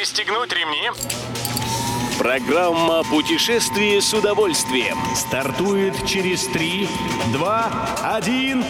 Пристегнуть ремни. Программа «Путешествие с удовольствием» стартует через 3, 2, 1...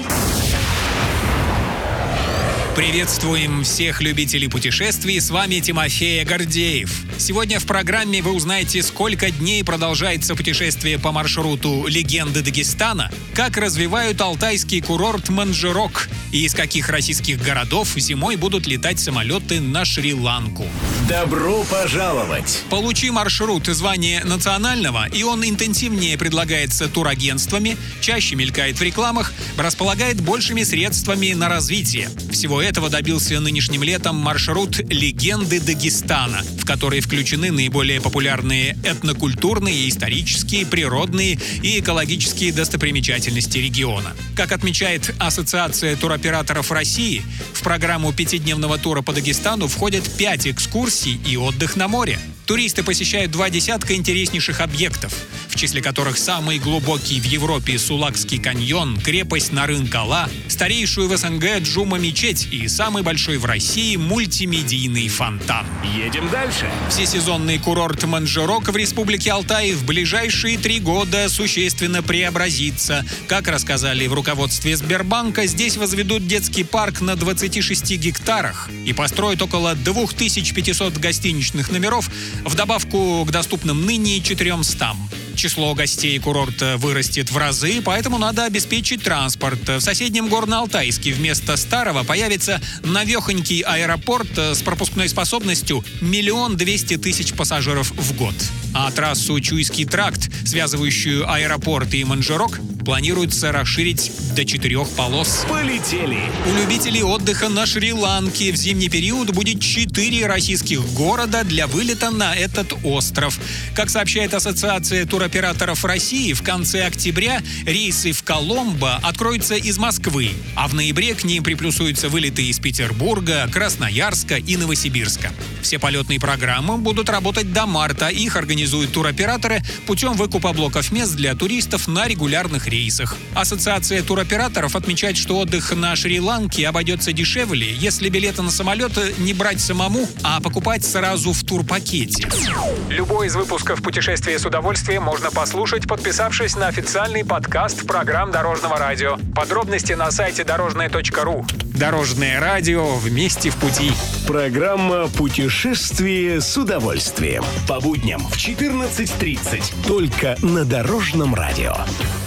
Приветствуем всех любителей путешествий, с вами Тимофей Гордеев. Сегодня в программе вы узнаете, сколько дней продолжается путешествие по маршруту «Легенды Дагестана», как развивают алтайский курорт Манжерок и из каких российских городов зимой будут летать самолеты на Шри-Ланку. Добро пожаловать! Получи маршрут звание национального, и он интенсивнее предлагается турагентствами, чаще мелькает в рекламах, располагает большими средствами на развитие. Всего этого добился нынешним летом маршрут «Легенды Дагестана», в который включены наиболее популярные этнокультурные, исторические, природные и экологические достопримечательности региона. Как отмечает Ассоциация туроператоров России, в программу пятидневного тура по Дагестану входят 5 экскурсий и отдых на море. Туристы посещают 2 десятка интереснейших объектов, в числе которых самый глубокий в Европе Сулакский каньон, крепость Нарын-Кала, старейшую в СНГ Джума-мечеть и самый большой в России мультимедийный фонтан. Едем дальше. Всесезонный курорт Манжерок в Республике Алтай в ближайшие 3 года существенно преобразится. Как рассказали в руководстве Сбербанка, здесь возведут детский парк на 26 гектарах и построят около 2500 гостиничных номеров, в добавку к доступным ныне 400. Число гостей курорта вырастет в разы, поэтому надо обеспечить транспорт. В соседнем Горно-Алтайске вместо старого появится навехонький аэропорт с пропускной способностью 1 200 000 пассажиров в год. А трассу Чуйский тракт, связывающую аэропорт и Манжерок, планируется расширить до 4 полос. Полетели! У любителей отдыха на Шри-Ланке в зимний период будет 4 российских города для вылета на этот остров. Как сообщает Ассоциация туроператоров России, в конце октября рейсы в Коломбо откроются из Москвы, а в ноябре к ним приплюсуются вылеты из Петербурга, Красноярска и Новосибирска. Все полетные программы будут работать до марта. Их организуют туроператоры путем выкупа блоков мест для туристов на регулярных рейсах. Ассоциация туроператоров отмечает, что отдых на Шри-Ланке обойдется дешевле, если билеты на самолет не брать самому, а покупать сразу в турпакете. Любой из выпусков «Путешествие с удовольствием» можно послушать, подписавшись на официальный подкаст программ Дорожного радио. Подробности на сайте дорожное.ру. Дорожное радио, вместе в пути. Программа «Путешествие с удовольствием». По будням в 14:30. Только на Дорожном радио.